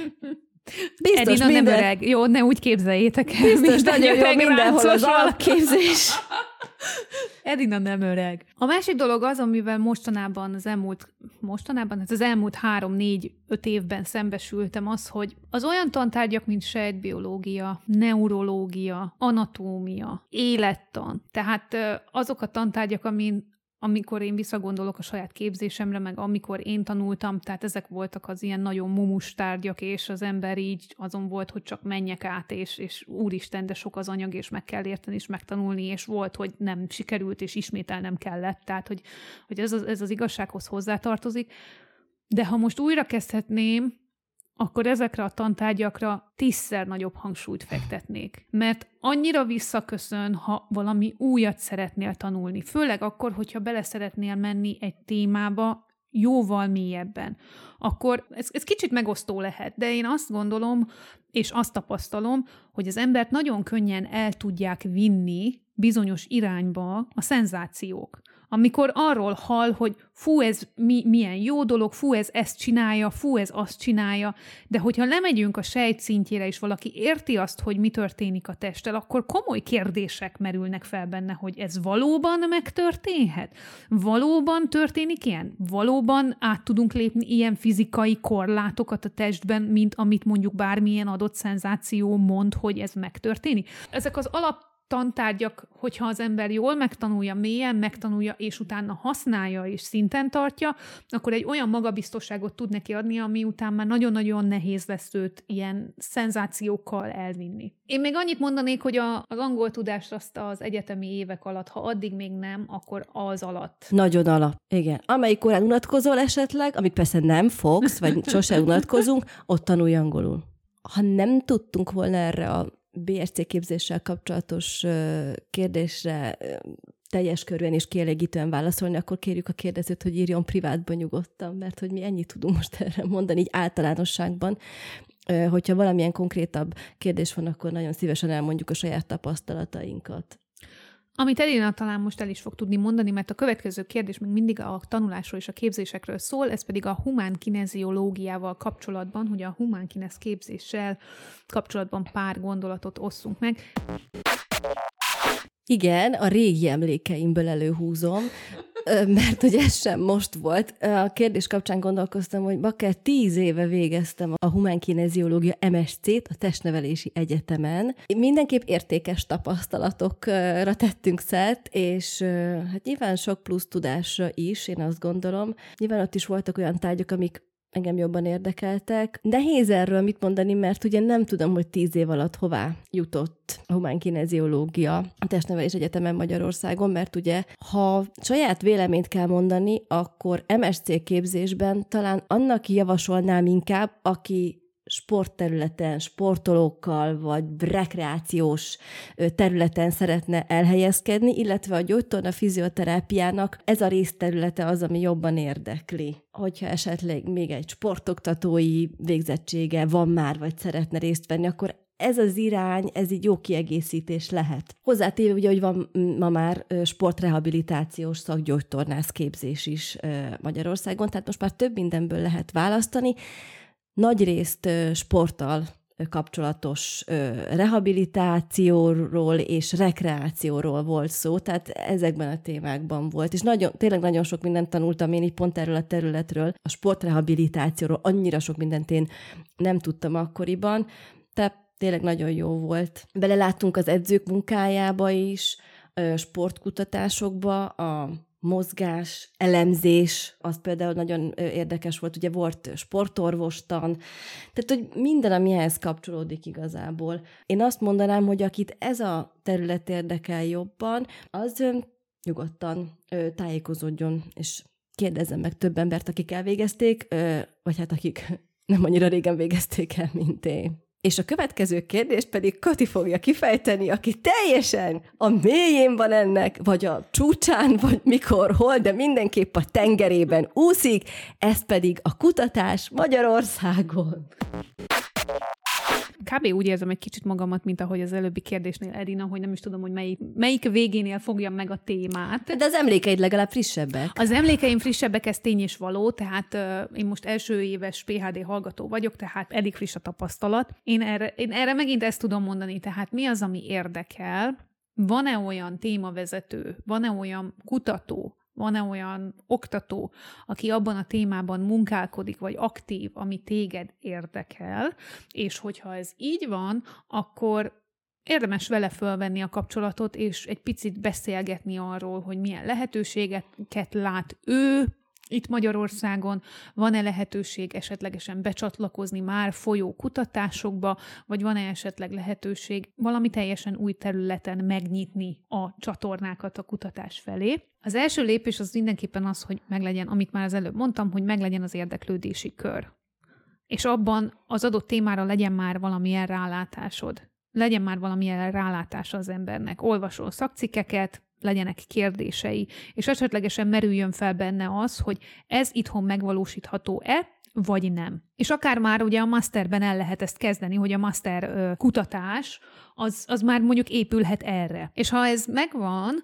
Biztos Edina nem öreg. Jó, ne úgy képzeljétek el. Biztos nagyon jó mindenhol az alapképzés. Edina nem öreg. A másik dolog az, amivel mostanában, az elmúlt 3-4-5 évben szembesültem, az, hogy az olyan tantárgyak, mint sejtbiológia, neurológia, anatómia, élettan, tehát azok a tantárgyak, amikor én visszagondolok a saját képzésemre, meg amikor én tanultam, tehát ezek voltak az ilyen nagyon mumus tárgyak, és az ember így azon volt, hogy csak menjek át, és úristen, de sok az anyag, és meg kell érteni, és megtanulni, és volt, hogy nem sikerült, és ismételnem kellett, tehát hogy ez az igazsághoz hozzátartozik. De ha most újra kezdhetném, akkor ezekre a tantárgyakra 10-szer nagyobb hangsúlyt fektetnék. Mert annyira visszaköszön, ha valami újat szeretnél tanulni. Főleg akkor, hogyha bele szeretnél menni egy témába jóval mélyebben. Akkor ez kicsit megosztó lehet, de én azt gondolom, és azt tapasztalom, hogy az embert nagyon könnyen el tudják vinni bizonyos irányba a szenzációk. Amikor arról hall, hogy fú, ez milyen jó dolog, fú, ez ezt csinálja, fú, ez azt csinálja, de hogyha lemegyünk a sejt szintjére, és valaki érti azt, hogy mi történik a testtel, akkor komoly kérdések merülnek fel benne, hogy ez valóban megtörténhet? Valóban történik ilyen? Valóban át tudunk lépni ilyen fizikai korlátokat a testben, mint amit mondjuk bármilyen adott szenzáció mond, hogy ez megtörténik? Ezek az tantárgyak, hogyha az ember jól megtanulja, mélyen megtanulja, és utána használja és szinten tartja, akkor egy olyan magabiztosságot tud neki adni, ami után már nagyon-nagyon nehéz lesz őt ilyen szenzációkkal elvinni. Én még annyit mondanék, hogy az angol tudást azt az egyetemi évek alatt, ha addig még nem, akkor az alatt. Nagyon alap, igen. Amelyik órán unatkozol esetleg, amit persze nem fogsz, vagy sose unatkozunk, ott tanulj angolul. Ha nem tudtunk volna erre a BRC képzéssel kapcsolatos kérdésre teljes körűen és kielégítően válaszolni, akkor kérjük a kérdezőt, hogy írjon privátban nyugodtan, mert hogy mi ennyit tudunk most erre mondani, így általánosságban. Hogyha valamilyen konkrétabb kérdés van, akkor nagyon szívesen elmondjuk a saját tapasztalatainkat. Amit Edina talán most el is fog tudni mondani, mert a következő kérdés még mindig a tanulásról és a képzésekről szól, ez pedig a humán kineziológiával kapcsolatban, hogy a humán kinesz képzéssel kapcsolatban pár gondolatot osszunk meg. Igen, a régi emlékeimből előhúzom, mert hogy ez sem most volt. A kérdés kapcsán gondolkoztam, hogy bakker 10 éve végeztem a humán kineziológia MSC-t a Testnevelési Egyetemen. Mindenképp értékes tapasztalatokra tettünk szert, és hát nyilván sok plusz tudásra is, én azt gondolom. Nyilván ott is voltak olyan tárgyak, amik engem jobban érdekeltek. Nehéz erről mit mondani, mert ugye nem tudom, hogy 10 év alatt hová jutott a humán kineziológia a Testnevelés Egyetemen Magyarországon, mert ugye, ha saját véleményt kell mondani, akkor MSC képzésben talán annak javasolnám inkább, aki sportterületen, sportolókkal, vagy rekreációs területen szeretne elhelyezkedni, illetve a gyógytorna fizioterápiának ez a részterülete az, ami jobban érdekli. Hogyha esetleg még egy sportoktatói végzettsége van már, vagy szeretne részt venni, akkor ez az irány, ez így jó kiegészítés lehet. Hozzátéve ugye, hogy van ma már sportrehabilitációs szakgyógytornász képzés is Magyarországon, tehát most már több mindenből lehet választani. Nagyrészt sporttal kapcsolatos rehabilitációról és rekreációról volt szó, tehát ezekben a témákban volt. És tényleg nagyon sok mindent tanultam én így pont erről a területről, a sportrehabilitációról, annyira sok mindent én nem tudtam akkoriban, tehát tényleg nagyon jó volt. Beleláttunk az edzők munkájába is, sportkutatásokba, a mozgás, elemzés, az például nagyon érdekes volt, ugye volt sportorvostan, tehát hogy minden, ami ehhez kapcsolódik igazából. Én azt mondanám, hogy akit ez a terület érdekel jobban, az nyugodtan tájékozódjon, és kérdezzen meg több embert, akik elvégezték, vagy hát akik nem annyira régen végezték el, mint én. És a következő kérdést pedig Kati fogja kifejteni, aki teljesen a mélyén van ennek, vagy a csúcsán, vagy mikor, hol, de mindenképp a tengerében úszik, ez pedig a kutatás Magyarországon. Kb. Úgy érzem egy kicsit magamat, mint ahogy az előbbi kérdésnél Edina, hogy nem is tudom, hogy melyik végénél fogjam meg a témát. De az emlékeid legalább frissebbek. Az emlékeim frissebbek, ez tény és való, tehát én most első éves PhD hallgató vagyok, tehát elég friss a tapasztalat. Én erre megint ezt tudom mondani, tehát mi az, ami érdekel? Van-e olyan témavezető, van-e olyan kutató, van-e olyan oktató, aki abban a témában munkálkodik, vagy aktív, ami téged érdekel, és hogyha ez így van, akkor érdemes vele fölvenni a kapcsolatot, és egy picit beszélgetni arról, hogy milyen lehetőségeket lát ő itt Magyarországon, van-e lehetőség esetlegesen becsatlakozni már folyó kutatásokba, vagy van-e esetleg lehetőség valami teljesen új területen megnyitni a csatornákat a kutatás felé. Az első lépés az mindenképpen az, hogy meglegyen, amit már az előbb mondtam, hogy meglegyen az érdeklődési kör. És abban az adott témára legyen már valamilyen rálátásod. Legyen már valamilyen rálátása az embernek. Olvasol szakcikkeket, legyenek kérdései, és esetlegesen merüljön fel benne az, hogy ez itthon megvalósítható-e, vagy nem. És akár már ugye a masterben el lehet ezt kezdeni, hogy a master kutatás, az már mondjuk épülhet erre. És ha ez megvan,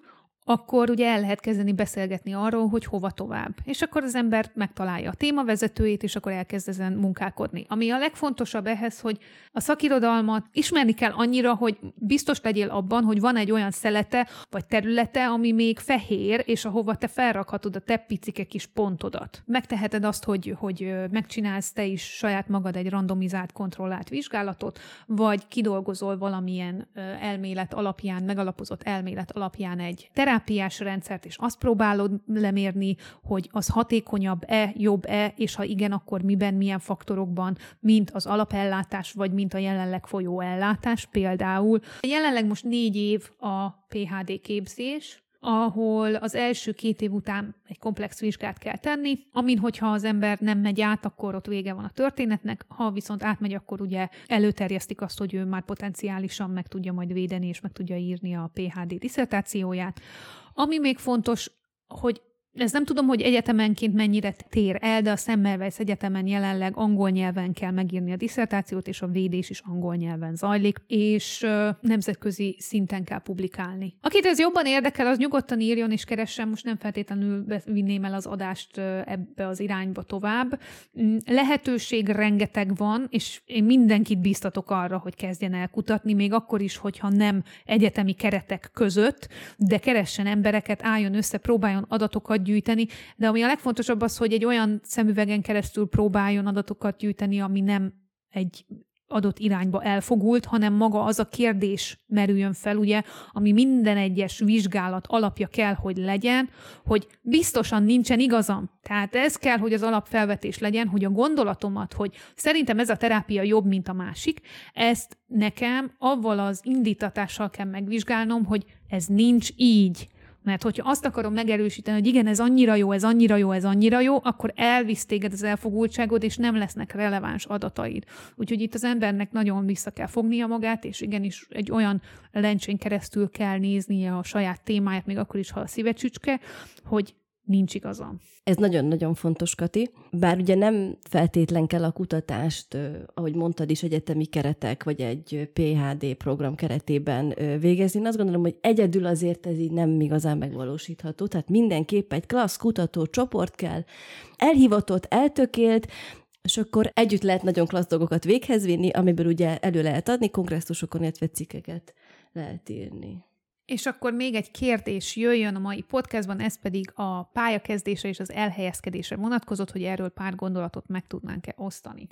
akkor ugye el lehet kezdeni beszélgetni arról, hogy hova tovább. És akkor az ember megtalálja a témavezetőjét, és akkor elkezd ezen munkálkodni. Ami a legfontosabb ehhez, hogy a szakirodalmat ismerni kell annyira, hogy biztos legyél abban, hogy van egy olyan szelete vagy területe, ami még fehér, és ahova te felrakhatod a te picike kis pontodat. Megteheted azt, hogy megcsinálsz te is saját magad egy randomizált, kontrollált vizsgálatot, vagy kidolgozol valamilyen elmélet alapján, megalapozott elmélet alapján egy terápiás rendszert, és azt próbálod lemérni, hogy az hatékonyabb-e, jobb-e, és ha igen, akkor miben, milyen faktorokban, mint az alapellátás, vagy mint a jelenleg folyó ellátás például. Jelenleg most 4 év a PhD képzés, ahol az első 2 év után egy komplex vizsgát kell tenni, amin, hogyha az ember nem megy át, akkor ott vége van a történetnek, ha viszont átmegy, akkor ugye előterjesztik azt, hogy ő már potenciálisan meg tudja majd védeni, és meg tudja írni a PhD disszertációját. Ami még fontos, hogy ez nem tudom, hogy egyetemenként mennyire tér el, de a Semmelweis Egyetemen jelenleg angol nyelven kell megírni a disszertációt, és a védés is angol nyelven zajlik, és nemzetközi szinten kell publikálni. Akit ez jobban érdekel, az nyugodtan írjon és keressen, most nem feltétlenül vinném el az adást ebbe az irányba tovább. Lehetőség rengeteg van, és én mindenkit bíztatok arra, hogy kezdjen el kutatni, még akkor is, hogyha nem egyetemi keretek között, de keressen embereket, álljon össze, próbáljon adatokat gyűjteni, de ami a legfontosabb az, hogy egy olyan szemüvegen keresztül próbáljon adatokat gyűjteni, ami nem egy adott irányba elfogult, hanem maga az a kérdés merüljön fel, ugye, ami minden egyes vizsgálat alapja kell, hogy legyen, hogy biztosan nincsen igazam. Tehát ez kell, hogy az alapfelvetés legyen, hogy a gondolatomat, hogy szerintem ez a terápia jobb, mint a másik, ezt nekem avval az indítatással kell megvizsgálnom, hogy ez nincs így. Mert hogyha azt akarom megerősíteni, hogy igen, ez annyira jó, ez annyira jó, ez annyira jó, akkor elvisz téged az elfogultságod, és nem lesznek releváns adataid. Úgyhogy itt az embernek nagyon vissza kell fognia magát, és igenis egy olyan lencsén keresztül kell néznie a saját témáját, még akkor is, ha a szíve csücske, hogy nincs igazam. Ez nagyon-nagyon fontos, Kati. Bár ugye nem feltétlen kell a kutatást, ahogy mondtad is, egyetemi keretek, vagy egy PhD program keretében végezni. Én azt gondolom, hogy egyedül azért ez így nem igazán megvalósítható. Tehát mindenképp egy klassz kutató csoport kell, elhivatott, eltökélt, és akkor együtt lehet nagyon klassz dolgokat véghez vinni, amiből ugye elő lehet adni, kongresszusokon, illetve cikkeket lehet írni. És akkor még egy kérdés jöjjön a mai podcastban, ez pedig a pályakezdésre és az elhelyezkedésre vonatkozott, hogy erről pár gondolatot meg tudnánk-e osztani.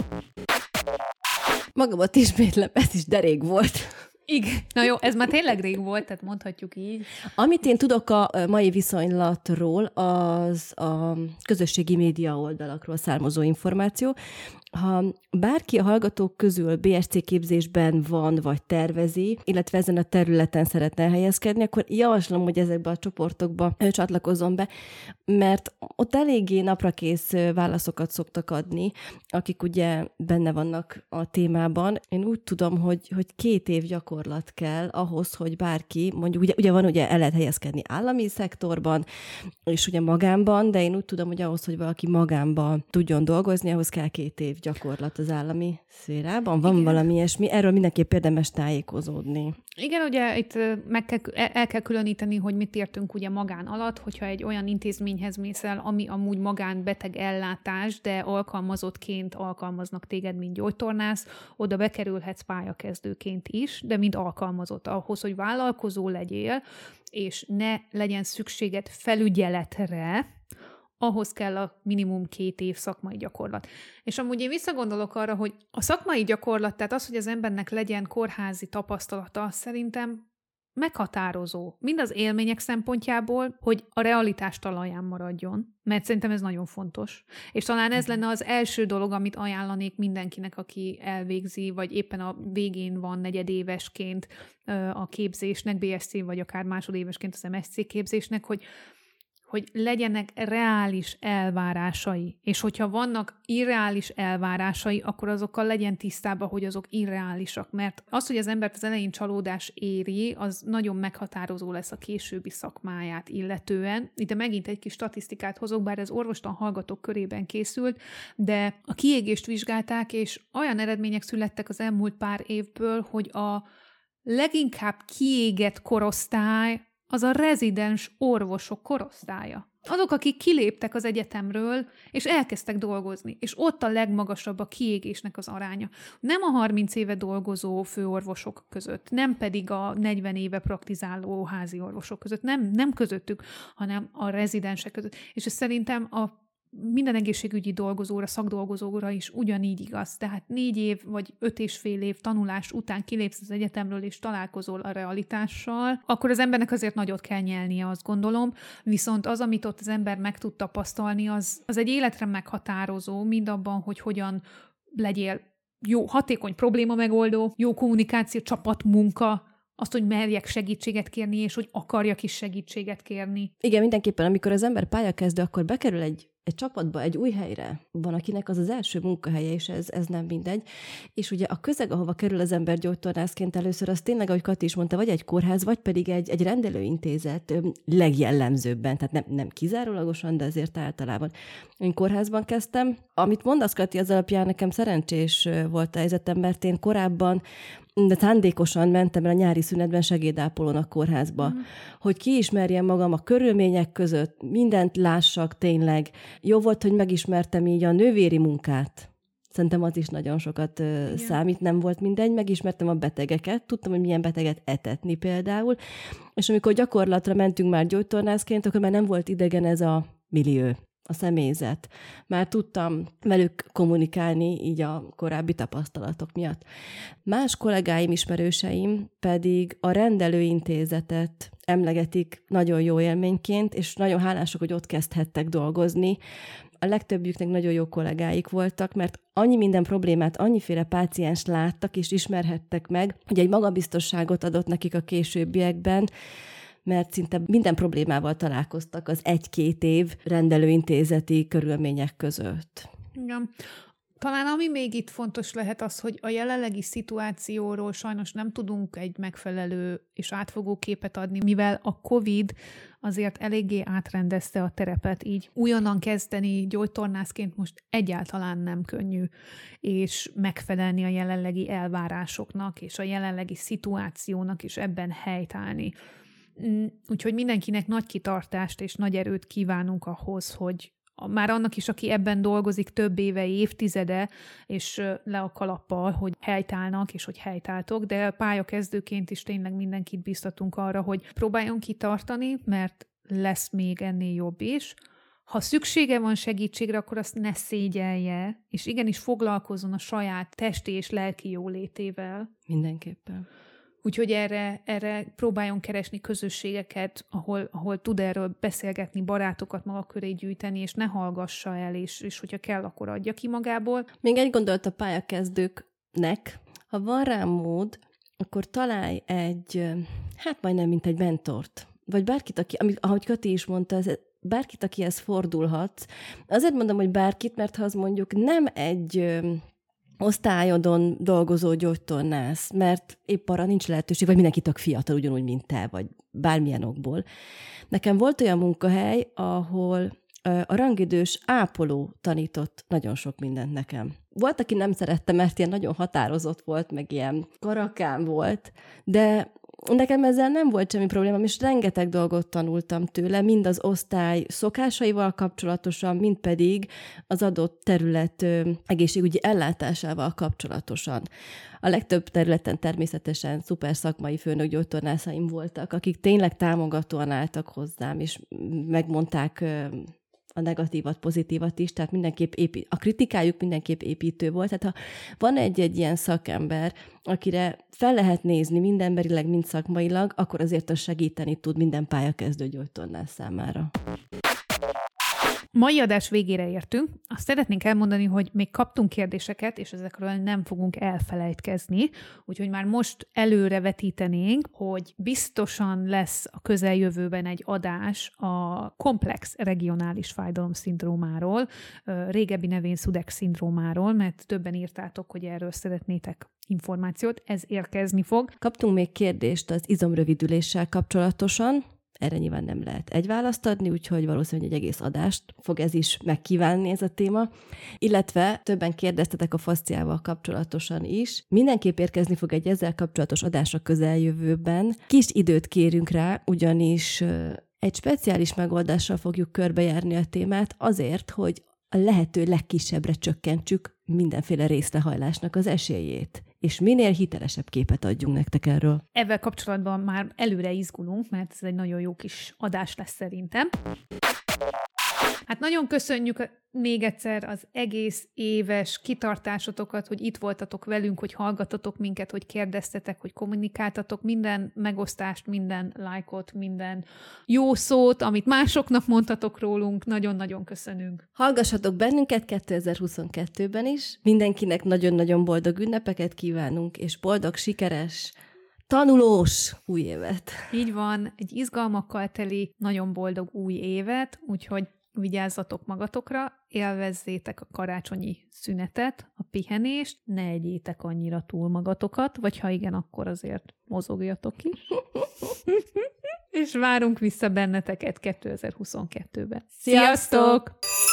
Magamat ismétlem, ez is de rég volt. Igen. Na jó, ez már tényleg rég volt, tehát mondhatjuk így. Amit én tudok a mai viszonylatról, az a közösségi média oldalakról származó információ. Ha bárki a hallgatók közül BSC képzésben van, vagy tervezi, illetve ezen a területen szeretne elhelyezkedni, akkor javaslom, hogy ezekbe a csoportokba csatlakozzon be, mert ott eléggé naprakész válaszokat szoktak adni, akik ugye benne vannak a témában. Én úgy tudom, hogy 2 év gyakorlat kell ahhoz, hogy bárki, mondjuk ugye van, ugye el lehet helyezkedni állami szektorban, és ugye magánban, de én úgy tudom, hogy ahhoz, hogy valaki magánban tudjon dolgozni, ahhoz kell 2 év gyakorlat az állami szférában. Van igen. Valami ilyesmi, erről mindenképp érdemes tájékozódni. Igen, ugye itt el kell különíteni, hogy mit értünk ugye magán alatt, hogyha egy olyan intézményhez mész el, ami amúgy magánbeteg ellátás, de alkalmazottként alkalmaznak téged, mint gyógytornász, oda bekerülhetsz pályakezdőként is, de mint alkalmazott ahhoz, hogy vállalkozó legyél, és ne legyen szükséged felügyeletre, ahhoz kell a minimum 2 év szakmai gyakorlat. És amúgy én visszagondolok arra, hogy a szakmai gyakorlat, tehát az, hogy az embernek legyen kórházi tapasztalata, szerintem meghatározó. Mind az élmények szempontjából, hogy a realitás talaján maradjon, mert szerintem ez nagyon fontos. És talán ez lenne az első dolog, amit ajánlanék mindenkinek, aki elvégzi, vagy éppen a végén van negyedévesként a képzésnek, BSc, vagy akár másodévesként az MSc képzésnek, hogy legyenek reális elvárásai, és hogyha vannak irreális elvárásai, akkor azokkal legyen tisztában, hogy azok irreálisak, mert az, hogy az embert az elején csalódás éri, az nagyon meghatározó lesz a későbbi szakmáját illetően. Itt megint egy kis statisztikát hozok, bár ez orvostan hallgatók körében készült, de a kiégést vizsgálták, és olyan eredmények születtek az elmúlt pár évből, hogy a leginkább kiégett korosztály az a rezidens orvosok korosztálya. Azok, akik kiléptek az egyetemről, és elkezdtek dolgozni, és ott a legmagasabb a kiégésnek az aránya. Nem a 30 éve dolgozó főorvosok között, nem pedig a 40 éve praktizáló házi orvosok között, nem közöttük, hanem a rezidensek között. És ez szerintem a minden egészségügyi dolgozóra, szakdolgozóra is ugyanígy igaz. Tehát 4 év vagy 5,5 év tanulás után kilépsz az egyetemről és találkozol a realitással, akkor az embernek azért nagyot kell nyelnie, azt gondolom. Viszont az, amit ott az ember meg tud tapasztalni, az egy életre meghatározó, mind abban, hogy hogyan legyél jó, hatékony probléma megoldó, jó kommunikáció, csapatmunka, azt, hogy merjek segítséget kérni, és hogy akarjak is segítséget kérni. Igen, mindenképpen, amikor az ember pályakezdő, akkor bekerül egy csapatba, egy új helyre. Van, akinek az az első munkahelye, és ez nem mindegy. És ugye a közeg, ahova kerül az ember gyógytornászként először, az tényleg, ahogy Kati is mondta, vagy egy kórház, vagy pedig egy rendelőintézet legjellemzőbben, tehát nem kizárólagosan, de azért általában. Én kórházban kezdtem. Amit mondasz, Kati, az alapján nekem szerencsés volt a helyzetem, mert én korábban de szándékosan mentem el a nyári szünetben segédápolónak kórházba, hogy kiismerjem magam a körülmények között, mindent lássak tényleg. Jó volt, hogy megismertem így a nővéri munkát. Szerintem az is nagyon sokat számít, nem volt mindegy. Megismertem a betegeket, tudtam, hogy milyen beteget etetni például, és amikor gyakorlatra mentünk már gyógytornászként, akkor már nem volt idegen ez a millió, a személyzet. Már tudtam velük kommunikálni így a korábbi tapasztalatok miatt. Más kollégáim, ismerőseim pedig a rendelőintézetet emlegetik nagyon jó élményként, és nagyon hálások, hogy ott kezdhettek dolgozni. A legtöbbjüknek nagyon jó kollégáik voltak, mert annyi minden problémát, annyiféle páciens láttak és ismerhettek meg, hogy egy magabiztosságot adott nekik a későbbiekben, mert szinte minden problémával találkoztak az 1-2 év rendelőintézeti körülmények között. Igen. Talán ami még itt fontos lehet az, hogy a jelenlegi szituációról sajnos nem tudunk egy megfelelő és átfogó képet adni, mivel a COVID azért eléggé átrendezte a terepet, így újonnan kezdeni gyógytornászként most egyáltalán nem könnyű, és megfelelni a jelenlegi elvárásoknak és a jelenlegi szituációnak, és ebben helytállni. Úgyhogy mindenkinek nagy kitartást és nagy erőt kívánunk ahhoz, hogy már annak is, aki ebben dolgozik több éve, évtizede, és le a kalappal, hogy helytállnak, és hogy helytáltok, de pályakezdőként is tényleg mindenkit biztatunk arra, hogy próbáljon kitartani, mert lesz még ennél jobb is. Ha szüksége van segítségre, akkor azt ne szégyelje, és igenis foglalkozzon a saját testi és lelki jólétével. Mindenképpen. Úgyhogy erre próbáljon keresni közösségeket, ahol tud erről beszélgetni, barátokat maga köré gyűjteni, és ne hallgassa el, és hogyha kell, akkor adja ki magából. Még egy gondolat a pályakezdőknek, ha van rá mód, akkor találj majdnem mint egy mentort, vagy bárkit, ahogy Kati is mondta, bárkit, akihez fordulhatsz. Azért mondom, hogy bárkit, mert ha az mondjuk nem egy osztályodon dolgozó gyógytornász, mert épp arra nincs lehetőség, vagy mindenki tök fiatal, ugyanúgy, mint te, vagy bármilyen okból. Nekem volt olyan munkahely, ahol a rangidős ápoló tanított nagyon sok mindent nekem. Volt, aki nem szerette, mert ilyen nagyon határozott volt, meg ilyen karakán volt, de nekem ezzel nem volt semmi problémám, és rengeteg dolgot tanultam tőle, mind az osztály szokásaival kapcsolatosan, mind pedig az adott terület egészségügyi ellátásával kapcsolatosan. A legtöbb területen természetesen szuper szakmai főnök gyógytornászaim voltak, akik tényleg támogatóan álltak hozzám, és megmondták a negatívat, pozitívat is, tehát mindenképp a kritikájuk mindenképp építő volt. Tehát ha van egy ilyen szakember, akire fel lehet nézni mind emberileg, mind szakmailag, akkor azért az segíteni tud minden pályakezdő gyógytornász számára. Mai adás végére értünk. Azt szeretnénk elmondani, hogy még kaptunk kérdéseket, és ezekről nem fogunk elfelejtkezni, úgyhogy már most előre vetítenénk, hogy biztosan lesz a közeljövőben egy adás a komplex regionális fájdalomszindrómáról, régebbi nevén SUDEX-szindrómáról, mert többen írtátok, hogy erről szeretnétek információt, ez érkezni fog. Kaptunk még kérdést az izomrövidüléssel kapcsolatosan. Erre nyilván nem lehet egy választ adni, úgyhogy valószínűleg egy egész adást fog ez is megkívánni, ez a téma. Illetve többen kérdeztetek a faszciával kapcsolatosan is. Mindenképp érkezni fog egy ezzel kapcsolatos adás a közeljövőben. Kis időt kérünk rá, ugyanis egy speciális megoldással fogjuk körbejárni a témát azért, hogy a lehető legkisebbre csökkentsük mindenféle részlehajlásnak az esélyét, és minél hitelesebb képet adjunk nektek erről. Ezzel kapcsolatban már előre izgulunk, mert ez egy nagyon jó kis adás lesz szerintem. Hát nagyon köszönjük még egyszer az egész éves kitartásotokat, hogy itt voltatok velünk, hogy hallgatatok minket, hogy kérdeztetek, hogy kommunikáltatok, minden megosztást, minden lájkot, minden jó szót, amit másoknak mondtatok rólunk, nagyon-nagyon köszönünk. Hallgassatok bennünket 2022-ben is. Mindenkinek nagyon-nagyon boldog ünnepeket kívánunk, és boldog, sikeres, tanulós új évet. Így van, egy izgalmakkal teli, nagyon boldog új évet, úgyhogy vigyázzatok magatokra, élvezzétek a karácsonyi szünetet, a pihenést, ne egyétek annyira túl magatokat, vagy ha igen, akkor azért mozogjatok is. És várunk vissza benneteket 2022-ben. Sziasztok!